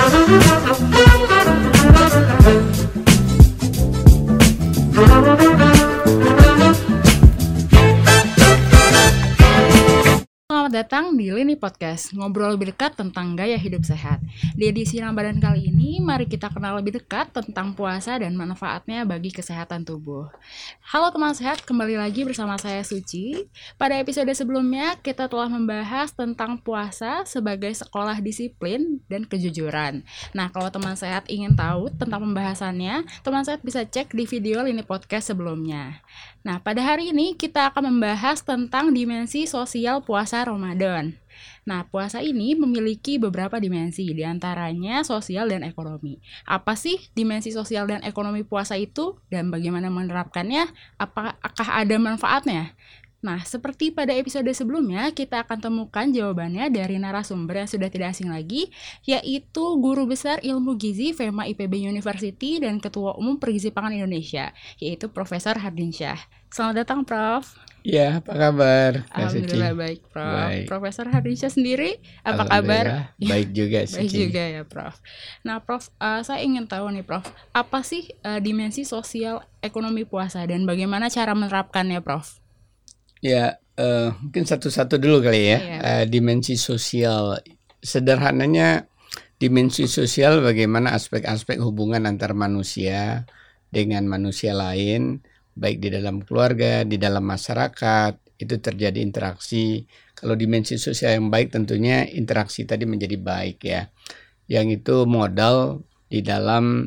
Selamat datang di Lini Podcast, ngobrol lebih dekat tentang gaya hidup sehat. Di edisi Ramadan kali ini, mari kita kenal lebih dekat tentang puasa dan manfaatnya bagi kesehatan tubuh. Halo teman sehat, kembali lagi bersama saya Suci. Pada episode sebelumnya, kita telah membahas tentang puasa sebagai sekolah disiplin dan kejujuran. Nah, kalau teman sehat ingin tahu tentang pembahasannya, teman sehat bisa cek di video Lini Podcast sebelumnya. Nah, pada hari ini kita akan membahas tentang dimensi sosial puasa Ramadan. Nah, puasa ini memiliki beberapa dimensi, diantaranya sosial dan ekonomi. Apa sih dimensi sosial dan ekonomi puasa itu dan bagaimana menerapkannya? Apakah ada manfaatnya? Nah, seperti pada episode sebelumnya, kita akan temukan jawabannya dari narasumber yang sudah tidak asing lagi, yaitu Guru Besar Ilmu Gizi FEMA IPB University dan Ketua Umum Pergizi Pangan Indonesia, yaitu Profesor Hardinsyah. Selamat datang, Prof. Ya, apa kabar? Alhamdulillah baik, Prof. Baik. Profesor Hardinsyah sendiri, apa kabar? Baik juga, Baik juga ya, Prof. Nah, Prof, saya ingin tahu nih, Prof, apa sih dimensi sosial ekonomi puasa dan bagaimana cara menerapkannya, Prof? Ya, mungkin satu-satu dulu kali ya. Dimensi sosial, sederhananya dimensi sosial bagaimana aspek-aspek hubungan antar manusia dengan manusia lain, baik di dalam keluarga, di dalam masyarakat, itu terjadi interaksi. Kalau dimensi sosial yang baik tentunya interaksi tadi menjadi baik ya. Yang itu modal di dalam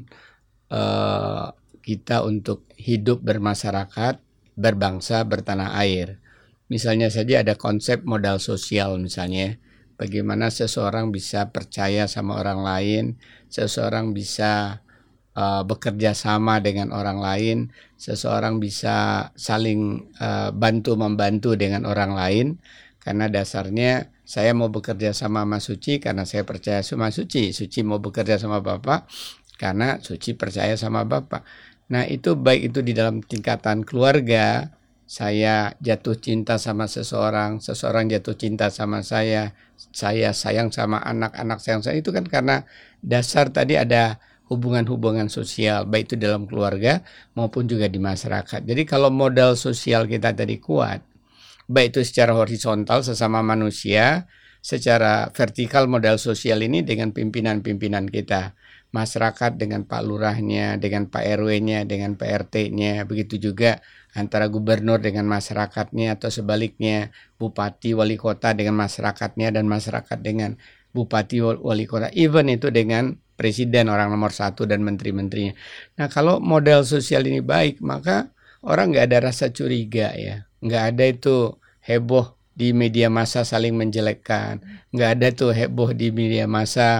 kita untuk hidup bermasyarakat, berbangsa, bertanah air. Misalnya saja ada konsep modal sosial misalnya, bagaimana seseorang bisa percaya sama orang lain, seseorang bisa bekerja sama dengan orang lain, seseorang bisa saling bantu-membantu dengan orang lain, karena dasarnya saya mau bekerja sama Suci karena saya percaya sama Suci, Suci mau bekerja sama Bapak karena Suci percaya sama Bapak. Nah itu baik itu di dalam tingkatan keluarga, saya jatuh cinta sama seseorang, seseorang jatuh cinta sama saya sayang sama anak-anak sayang saya, itu kan karena dasar tadi ada hubungan-hubungan sosial, baik itu dalam keluarga maupun juga di masyarakat. Jadi kalau modal sosial kita tadi kuat, baik itu secara horizontal sesama manusia, secara vertikal modal sosial ini dengan pimpinan-pimpinan kita, masyarakat dengan Pak Lurahnya, dengan Pak RW-nya, dengan Pak RT-nya, begitu juga antara gubernur dengan masyarakatnya atau sebaliknya, bupati, wali kota dengan masyarakatnya dan masyarakat dengan bupati, wali kota, even itu dengan presiden, orang nomor 1 dan menteri-menterinya. Nah kalau modal sosial ini baik, maka orang nggak ada rasa curiga ya, nggak ada itu heboh di media massa saling menjelekkan, nggak ada tuh heboh di media massa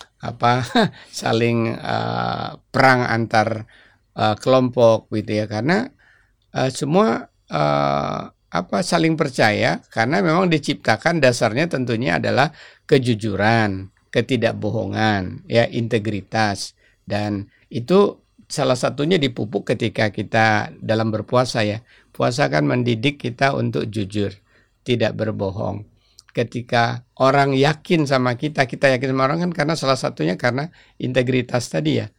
saling perang antar kelompok gitu ya, karena semua saling percaya karena memang diciptakan dasarnya tentunya adalah kejujuran, ketidakbohongan, ya integritas, dan itu salah satunya dipupuk ketika kita dalam berpuasa ya. Puasa kan mendidik kita untuk jujur, tidak berbohong. Ketika orang yakin sama kita yakin sama orang kan karena salah satunya karena integritas tadi ya.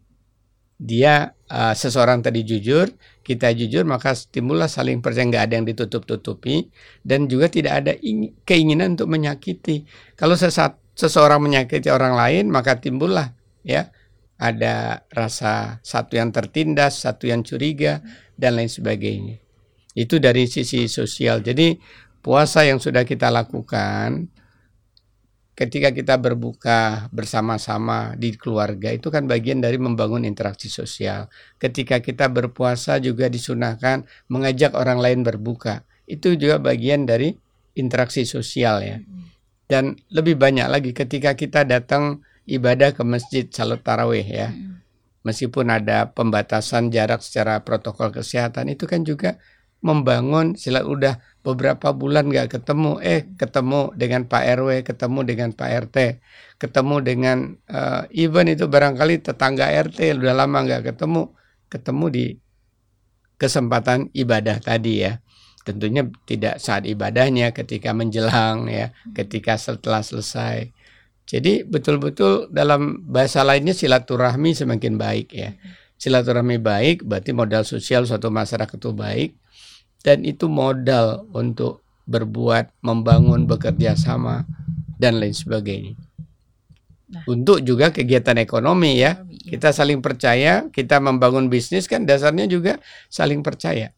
Dia seseorang tadi jujur, kita jujur, maka timbullah saling percaya, nggak ada yang ditutup-tutupi dan juga tidak ada keinginan untuk menyakiti. Kalau seseorang menyakiti orang lain, maka timbullah ya ada rasa satu yang tertindas, satu yang curiga dan lain sebagainya. Itu dari sisi sosial. Jadi puasa yang sudah kita lakukan ketika kita berbuka bersama-sama di keluarga itu kan bagian dari membangun interaksi sosial. Ketika kita berpuasa juga disunahkan mengajak orang lain berbuka. Itu juga bagian dari interaksi sosial ya. Dan lebih banyak lagi ketika kita datang ibadah ke masjid salat tarawih ya. Meskipun ada pembatasan jarak secara protokol kesehatan, itu kan juga membangun udah beberapa bulan nggak ketemu, ketemu dengan Pak RW, ketemu dengan Pak RT, ketemu dengan even itu barangkali tetangga RT udah lama nggak ketemu di kesempatan ibadah tadi ya. Tentunya tidak saat ibadahnya, ketika menjelang ya, ketika setelah selesai. Jadi betul-betul dalam bahasa lainnya silaturahmi semakin baik ya. Silaturahmi baik berarti modal sosial suatu masyarakat itu baik, dan itu modal untuk berbuat, membangun, bekerja sama dan lain sebagainya. Nah. Untuk juga kegiatan ekonomi ya. Kita saling percaya, kita membangun bisnis kan dasarnya juga saling percaya.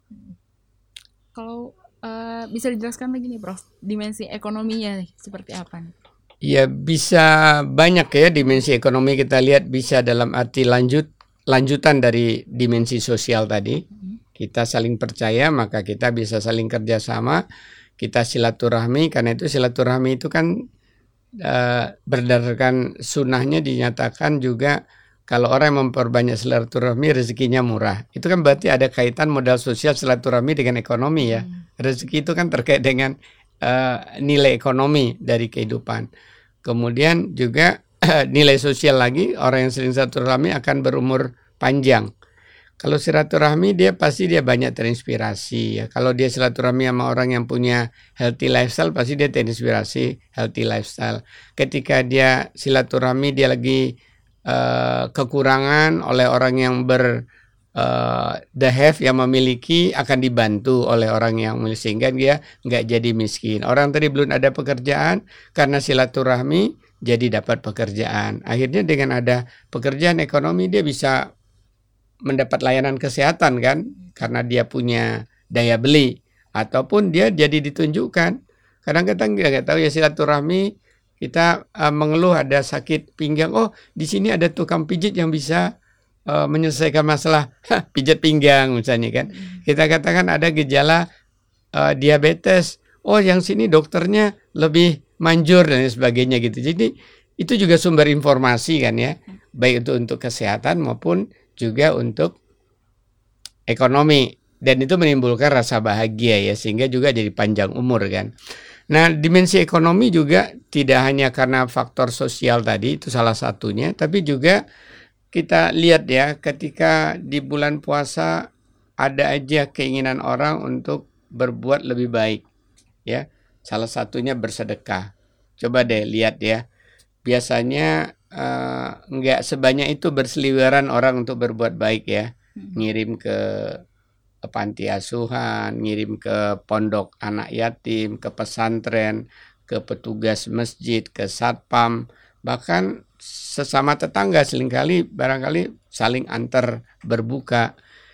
Kalau bisa dijelaskan lagi nih Prof, dimensi ekonominya nih, seperti apa nih? Ya bisa banyak ya dimensi ekonomi kita lihat, bisa dalam arti lanjutan dari dimensi sosial tadi. Kita saling percaya maka kita bisa saling kerjasama, kita silaturahmi, karena itu silaturahmi itu kan berdasarkan sunnahnya dinyatakan juga kalau orang yang memperbanyak silaturahmi rezekinya murah. Itu kan berarti ada kaitan modal sosial silaturahmi dengan ekonomi ya. Rezeki itu kan terkait dengan nilai ekonomi dari kehidupan. Kemudian juga nilai sosial lagi, orang yang sering silaturahmi akan berumur panjang. Kalau silaturahmi dia pasti dia banyak terinspirasi ya. Kalau dia silaturahmi sama orang yang punya healthy lifestyle, pasti dia terinspirasi healthy lifestyle. Ketika dia silaturahmi dia lagi kekurangan oleh orang yang the have yang memiliki, akan dibantu oleh orang yang memiliki sehingga dia nggak jadi miskin. Orang tadi belum ada pekerjaan, karena silaturahmi jadi dapat pekerjaan. Akhirnya dengan ada pekerjaan ekonomi dia bisa mendapat layanan kesehatan kan, karena dia punya daya beli, ataupun dia jadi ditunjukkan. Kadang-kadang kita nggak tahu ya silaturahmi, kita mengeluh ada sakit pinggang, oh di sini ada tukang pijit yang bisa menyelesaikan masalah pijat pinggang misalnya kan. Kita katakan ada gejala diabetes, oh yang sini dokternya lebih manjur dan sebagainya gitu. Jadi itu juga sumber informasi kan ya, baik itu untuk kesehatan maupun juga untuk ekonomi, dan itu menimbulkan rasa bahagia ya, sehingga juga jadi panjang umur kan. Nah, dimensi ekonomi juga tidak hanya karena faktor sosial tadi, itu salah satunya, tapi juga kita lihat ya, ketika di bulan puasa ada aja keinginan orang untuk berbuat lebih baik ya. Salah satunya bersedekah. Coba deh lihat ya, biasanya nggak sebanyak itu berseliweran orang untuk berbuat baik ya. Ngirim ke panti asuhan, ngirim ke pondok anak yatim, ke pesantren, ke petugas masjid, ke satpam, bahkan sesama tetangga seringkali barangkali saling antar berbuka.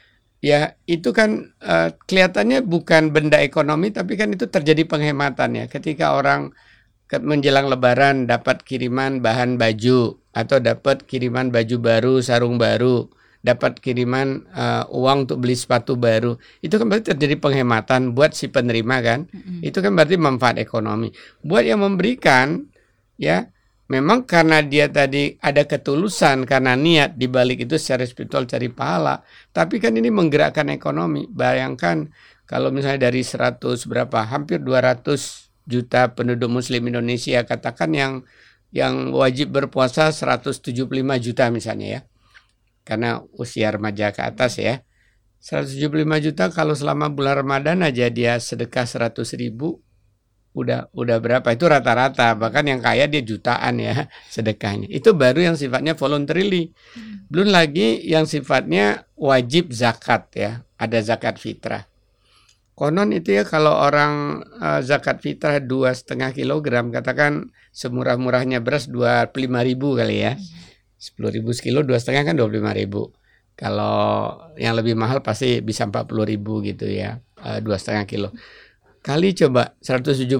Ya itu kan kelihatannya bukan benda ekonomi, tapi kan itu terjadi penghematan ya. Ketika orang menjelang lebaran dapat kiriman bahan baju, atau dapat kiriman baju baru, sarung baru, dapat kiriman uang untuk beli sepatu baru, itu kan berarti terjadi penghematan buat si penerima kan. Itu kan berarti manfaat ekonomi. Buat yang memberikan ya, memang karena dia tadi ada ketulusan, karena niat dibalik itu secara spiritual cari pahala, tapi kan ini menggerakkan ekonomi. Bayangkan kalau misalnya dari 100 berapa, hampir 200 juta penduduk muslim Indonesia, katakan yang wajib berpuasa 175 juta misalnya ya, karena usia remaja ke atas ya. 175 juta kalau selama bulan Ramadan aja dia sedekah 100.000, udah berapa? Itu rata-rata, bahkan yang kaya dia jutaan ya sedekahnya. Itu baru yang sifatnya voluntarily. Belum lagi yang sifatnya wajib zakat ya, ada zakat fitrah. Konon itu ya kalau orang zakat fitrah 2,5 kilogram, katakan semurah-murahnya beras 25.000 kali ya. 10.000 sekilo 2,5 kan 25.000. Kalau yang lebih mahal pasti bisa 40.000 gitu ya, 2,5 kilo. Kali coba 175.000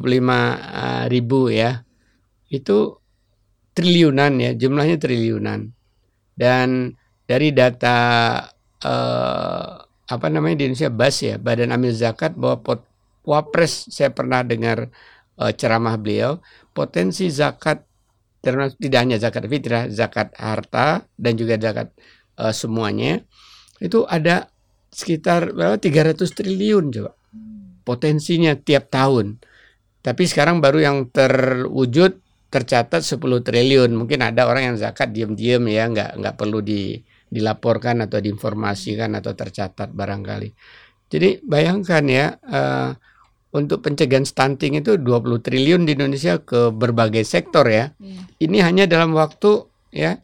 ya, itu triliunan ya, jumlahnya triliunan. Dan dari data di Indonesia BAS ya, Badan Amil Zakat, bahwa Wapres saya pernah dengar ceramah beliau, potensi zakat termasuk tidak hanya zakat fitrah, zakat harta dan juga zakat semuanya itu ada sekitar 300 triliun coba potensinya tiap tahun. Tapi sekarang baru yang terwujud tercatat 10 triliun. Mungkin ada orang yang zakat diam-diam ya, nggak perlu dilaporkan atau diinformasikan atau tercatat barangkali. Jadi bayangkan ya, untuk pencegahan stunting itu 20 triliun di Indonesia ke berbagai sektor ya. Ini hanya dalam waktu ya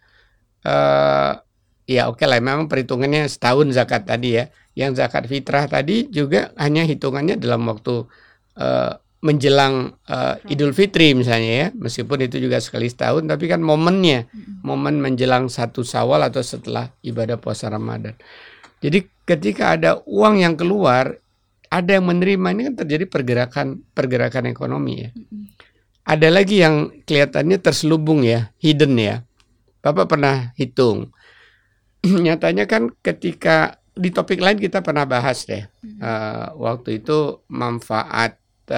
ya oke lah, memang perhitungannya setahun zakat tadi ya. Yang zakat fitrah tadi juga hanya hitungannya dalam waktu menjelang Idul Fitri misalnya ya. Meskipun itu juga sekali setahun, tapi kan momennya, momen menjelang 1 Syawal atau setelah ibadah puasa Ramadan. Jadi ketika ada uang yang keluar, ada yang menerima, ini kan terjadi pergerakan ekonomi ya. Ada lagi yang kelihatannya terselubung ya, hidden ya. Bapak pernah hitung. Nyatanya kan ketika di topik lain kita pernah bahas deh. Waktu itu manfaat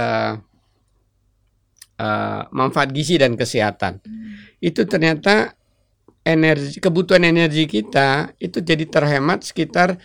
gizi dan kesehatan. Itu ternyata kebutuhan energi kita itu jadi terhemat sekitar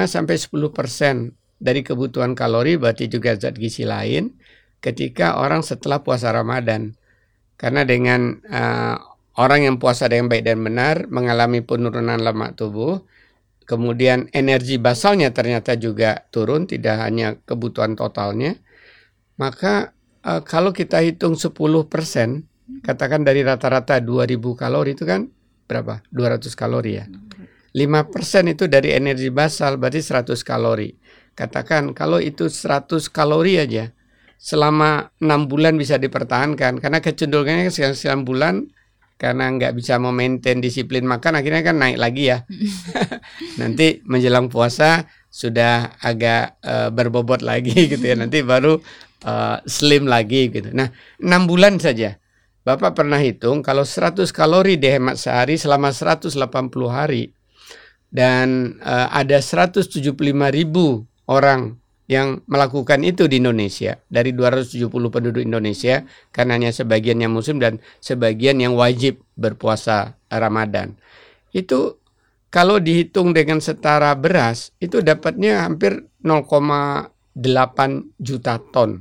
5-10% dari kebutuhan kalori, berarti juga zat gizi lain ketika orang setelah puasa Ramadan. Karena dengan orang yang puasa dengan baik dan benar mengalami penurunan lemak tubuh, kemudian energi basalnya ternyata juga turun, tidak hanya kebutuhan totalnya. Maka kalau kita hitung 10%, katakan dari rata-rata 2000 kalori itu kan berapa? 200 kalori ya. 5% itu dari energi basal, berarti 100 kalori. Katakan kalau itu 100 kalori aja selama 6 bulan bisa dipertahankan, karena kecenderungannya sekian 9 bulan karena nggak bisa memaintain disiplin makan, akhirnya kan naik lagi ya. Nanti menjelang puasa sudah agak berbobot lagi gitu ya, nanti baru slim lagi gitu. Nah 6 bulan saja Bapak pernah hitung kalau 100 kalori dihemat sehari selama 180 hari, dan ada 175.000 orang yang melakukan itu di Indonesia, dari 270 penduduk Indonesia, karena hanya sebagian yang muslim dan sebagian yang wajib berpuasa Ramadan. Itu kalau dihitung dengan setara beras, itu dapatnya hampir 0,8 juta ton.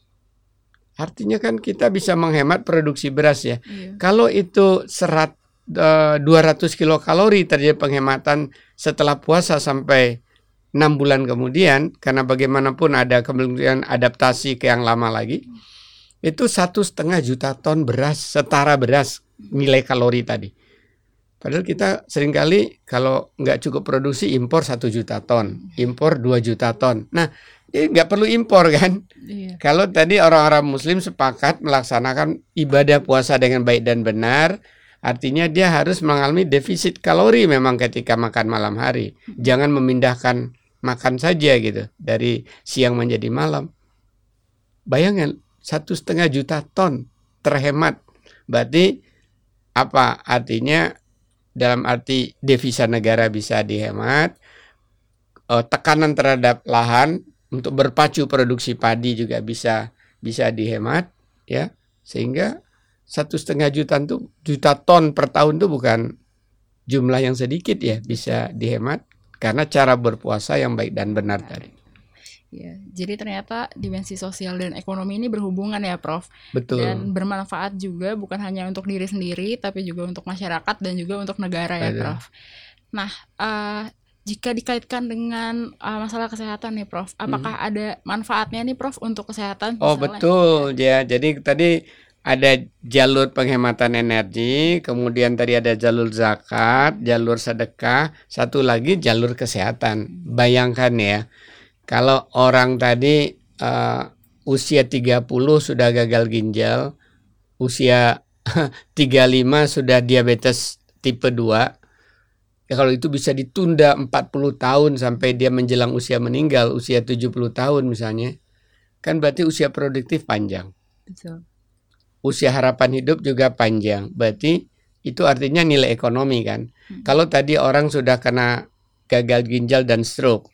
Artinya kan kita bisa menghemat produksi beras ya. Kalau itu 200 kilokalori terjadi penghematan setelah puasa sampai 6 bulan kemudian, karena bagaimanapun ada kemungkinan adaptasi ke yang lama lagi, itu 1,5 juta ton beras, setara beras nilai kalori tadi. Padahal kita seringkali kalau nggak cukup produksi impor 1 juta ton, impor 2 juta ton. Nah, ini nggak perlu impor kan? Kalau tadi orang-orang muslim sepakat melaksanakan ibadah puasa dengan baik dan benar, artinya dia harus mengalami defisit kalori memang ketika makan malam hari. Jangan memindahkan makan saja gitu dari siang menjadi malam. Bayangkan 1,5 juta ton terhemat. Berarti apa artinya? Dalam arti devisa negara bisa dihemat, tekanan terhadap lahan untuk berpacu produksi padi juga bisa dihemat ya, sehingga 1,5 juta ton per tahun itu bukan jumlah yang sedikit ya, bisa dihemat karena cara berpuasa yang baik dan benar tadi. Ya, jadi ternyata dimensi sosial dan ekonomi ini berhubungan ya, Prof. Betul. Dan bermanfaat juga bukan hanya untuk diri sendiri, tapi juga untuk masyarakat dan juga untuk negara ya, Prof. Nah, jika dikaitkan dengan masalah kesehatan nih, Prof, apakah ada manfaatnya nih, Prof, untuk kesehatan? Oh, betul ya. Jadi tadi ada jalur penghematan energi, kemudian tadi ada jalur zakat, jalur sedekah, satu lagi jalur kesehatan. Bayangkan ya, kalau orang tadi usia 30 sudah gagal ginjal, usia 35 sudah diabetes tipe 2, ya kalau itu bisa ditunda 40 tahun sampai dia menjelang usia meninggal, usia 70 tahun misalnya, kan berarti usia produktif panjang. Betul. Usia harapan hidup juga panjang, berarti itu artinya nilai ekonomi kan. Kalau tadi orang sudah kena gagal ginjal dan stroke,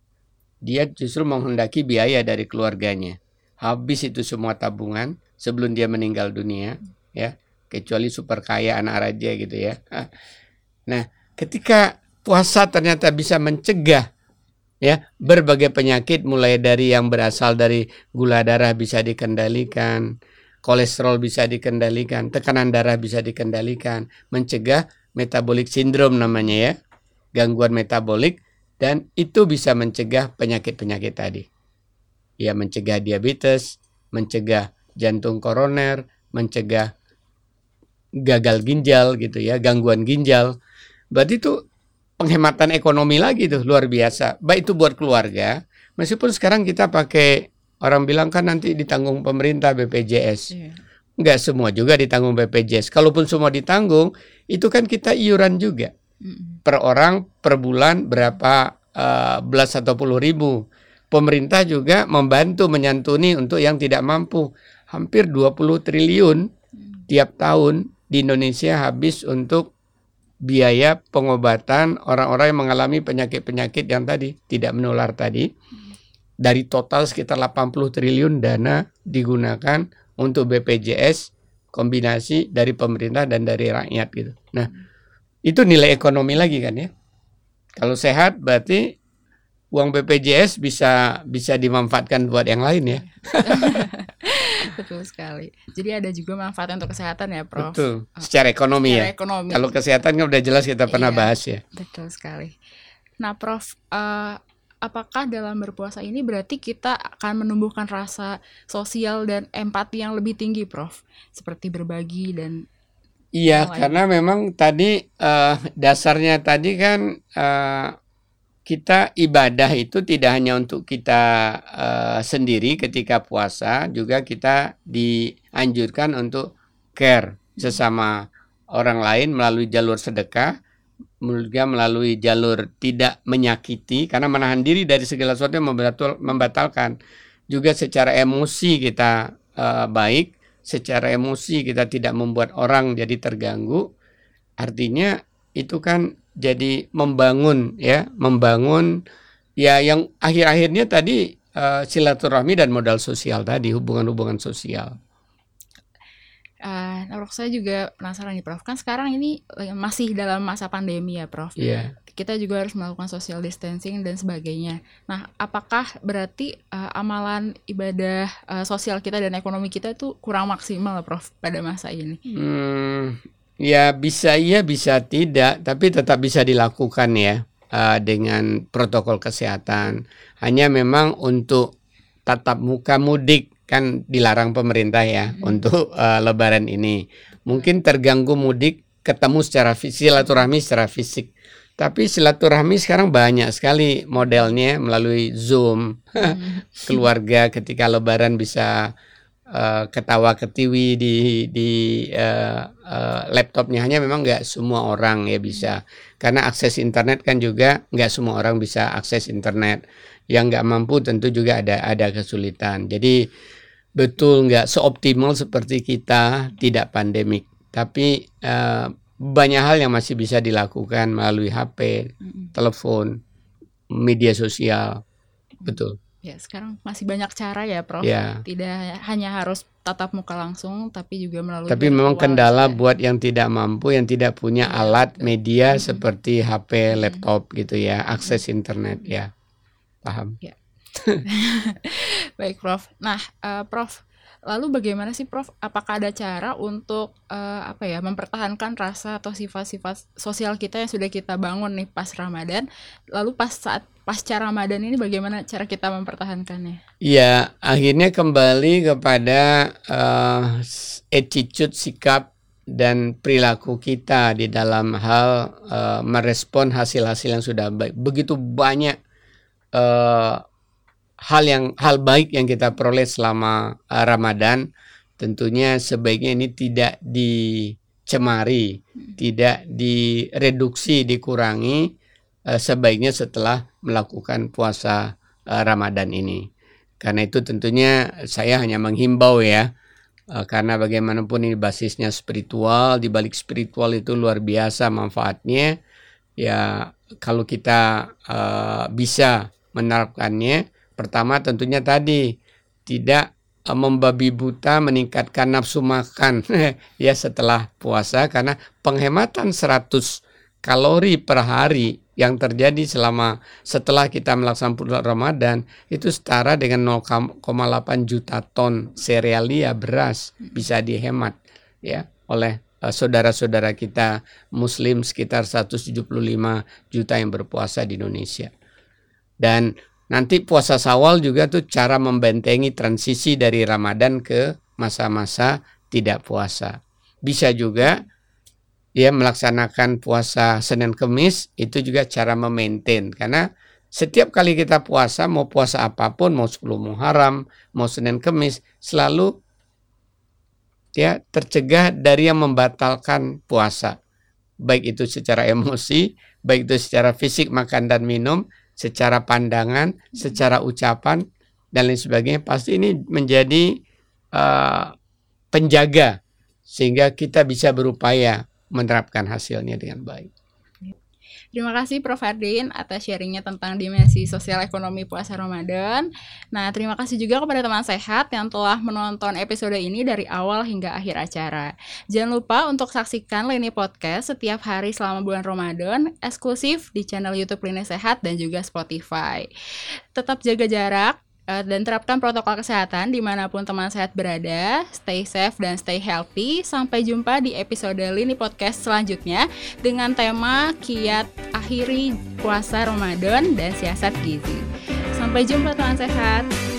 dia justru menghendaki biaya dari keluarganya. Habis itu semua tabungan sebelum dia meninggal dunia, ya, kecuali super kaya anak raja gitu ya. Nah, ketika puasa ternyata bisa mencegah ya berbagai penyakit, mulai dari yang berasal dari gula darah bisa dikendalikan, kolesterol bisa dikendalikan, tekanan darah bisa dikendalikan, mencegah metabolic syndrome namanya ya, gangguan metabolik, dan itu bisa mencegah penyakit-penyakit tadi. ya mencegah diabetes, mencegah jantung koroner, mencegah gagal ginjal gitu ya, gangguan ginjal. Berarti itu penghematan ekonomi lagi tuh luar biasa. Baik itu buat keluarga, meskipun sekarang kita pakai, orang bilang kan nanti ditanggung pemerintah BPJS. Enggak semua juga ditanggung BPJS. Kalaupun semua ditanggung, itu kan kita iuran juga. Per orang per bulan berapa belas atau puluh ribu. Pemerintah juga membantu menyantuni untuk yang tidak mampu. Hampir 20 triliun tiap tahun di Indonesia habis untuk biaya pengobatan orang-orang yang mengalami penyakit-penyakit yang tadi tidak menular tadi. Dari total sekitar 80 triliun dana digunakan untuk BPJS kombinasi dari pemerintah dan dari rakyat gitu. Nah, itu nilai ekonomi lagi kan ya. Kalau sehat berarti uang BPJS bisa dimanfaatkan buat yang lain ya. Betul sekali. Jadi ada juga manfaat untuk kesehatan ya, Prof. Betul. Secara ekonomi Secara ya. ekonomi. Kalau kesehatan kan udah jelas kita pernah bahas ya. Betul sekali. Nah, Prof, apakah dalam berpuasa ini berarti kita akan menumbuhkan rasa sosial dan empati yang lebih tinggi, Prof? Seperti berbagi dan iya, karena memang tadi dasarnya tadi kan kita ibadah itu tidak hanya untuk kita sendiri ketika puasa, juga kita dianjurkan untuk care sesama orang lain melalui jalur sedekah, juga melalui jalur tidak menyakiti, karena menahan diri dari segala sesuatu yang membatalkan. Juga secara emosi kita baik, secara emosi kita tidak membuat orang jadi terganggu. Artinya itu kan jadi membangun ya yang akhir-akhirnya tadi silaturahmi dan modal sosial tadi, hubungan-hubungan sosial. Prof, saya juga penasaran nih, Prof. Kan sekarang ini masih dalam masa pandemi ya, Prof. Iya. Kita juga harus melakukan social distancing dan sebagainya. Nah, apakah berarti amalan ibadah sosial kita dan ekonomi kita itu kurang maksimal, Prof, pada masa ini? Ya bisa iya bisa tidak, tapi tetap bisa dilakukan ya dengan protokol kesehatan. Hanya memang untuk tatap muka mudik kan dilarang pemerintah ya untuk Lebaran ini. Mungkin terganggu mudik ketemu secara silaturahmi secara fisik. Tapi silaturahmi sekarang banyak sekali modelnya melalui Zoom. Keluarga ketika Lebaran bisa ketawa ketiwi di laptopnya. Hanya memang nggak semua orang ya bisa, karena akses internet kan juga nggak semua orang bisa akses internet. Yang nggak mampu tentu juga ada kesulitan. Jadi betul nggak seoptimal seperti kita tidak pandemik, tapi banyak hal yang masih bisa dilakukan melalui HP, telepon, media sosial. Betul. Ya, sekarang masih banyak cara ya, Prof. Ya. Tidak hanya harus tatap muka langsung, tapi juga melalui. Tapi memang kendala buat yang tidak mampu, yang tidak punya alat media seperti HP, laptop gitu ya, akses internet ya. Paham? Ya. Baik, Prof. Nah, Prof, lalu bagaimana sih, Prof? Apakah ada cara untuk mempertahankan rasa atau sifat-sifat sosial kita yang sudah kita bangun nih pas Ramadan? Lalu pasca Ramadan ini bagaimana cara kita mempertahankannya? Ya, akhirnya kembali kepada attitude, sikap dan perilaku kita di dalam hal merespon hasil-hasil yang sudah baik. Begitu banyak hal baik yang kita peroleh selama Ramadan. Tentunya sebaiknya ini tidak dicemari, tidak direduksi, dikurangi. Sebaiknya setelah melakukan puasa Ramadan ini. Karena itu tentunya saya hanya menghimbau ya, karena bagaimanapun ini basisnya spiritual, di balik spiritual itu luar biasa manfaatnya. Ya kalau kita bisa menerapkannya, pertama tentunya tadi tidak membabi buta meningkatkan nafsu makan ya setelah puasa, karena penghematan 100 kalori per hari yang terjadi setelah kita melaksanakan bulan Ramadan itu setara dengan 0,8 juta ton serealia beras bisa dihemat ya oleh saudara-saudara kita Muslim sekitar 175 juta yang berpuasa di Indonesia. Dan Nanti puasa Syawal juga tuh cara membentengi transisi dari Ramadan ke masa-masa tidak puasa. Bisa juga dia melaksanakan puasa Senin Kemis, itu juga cara memaintain. Karena setiap kali kita puasa, mau puasa apapun, mau 10 Muharram, mau Senin Kemis, selalu ya tercegah dari yang membatalkan puasa. Baik itu secara emosi, baik itu secara fisik makan dan minum, secara pandangan, secara ucapan, dan lain sebagainya. Pasti ini menjadi penjaga sehingga kita bisa berupaya menerapkan hasilnya dengan baik. Terima kasih Prof. Hardin atas sharingnya tentang dimensi sosial ekonomi puasa Ramadan. Nah, terima kasih juga kepada teman sehat yang telah menonton episode ini dari awal hingga akhir acara. Jangan lupa untuk saksikan Lini Podcast setiap hari selama bulan Ramadan, eksklusif di channel YouTube Lini Sehat dan juga Spotify. Tetap jaga jarak dan terapkan protokol kesehatan dimanapun teman sehat berada. Stay safe dan stay healthy. Sampai jumpa di episode Lini Podcast selanjutnya dengan tema kiat akhiri puasa Ramadan dan siasat gizi. Sampai jumpa teman sehat.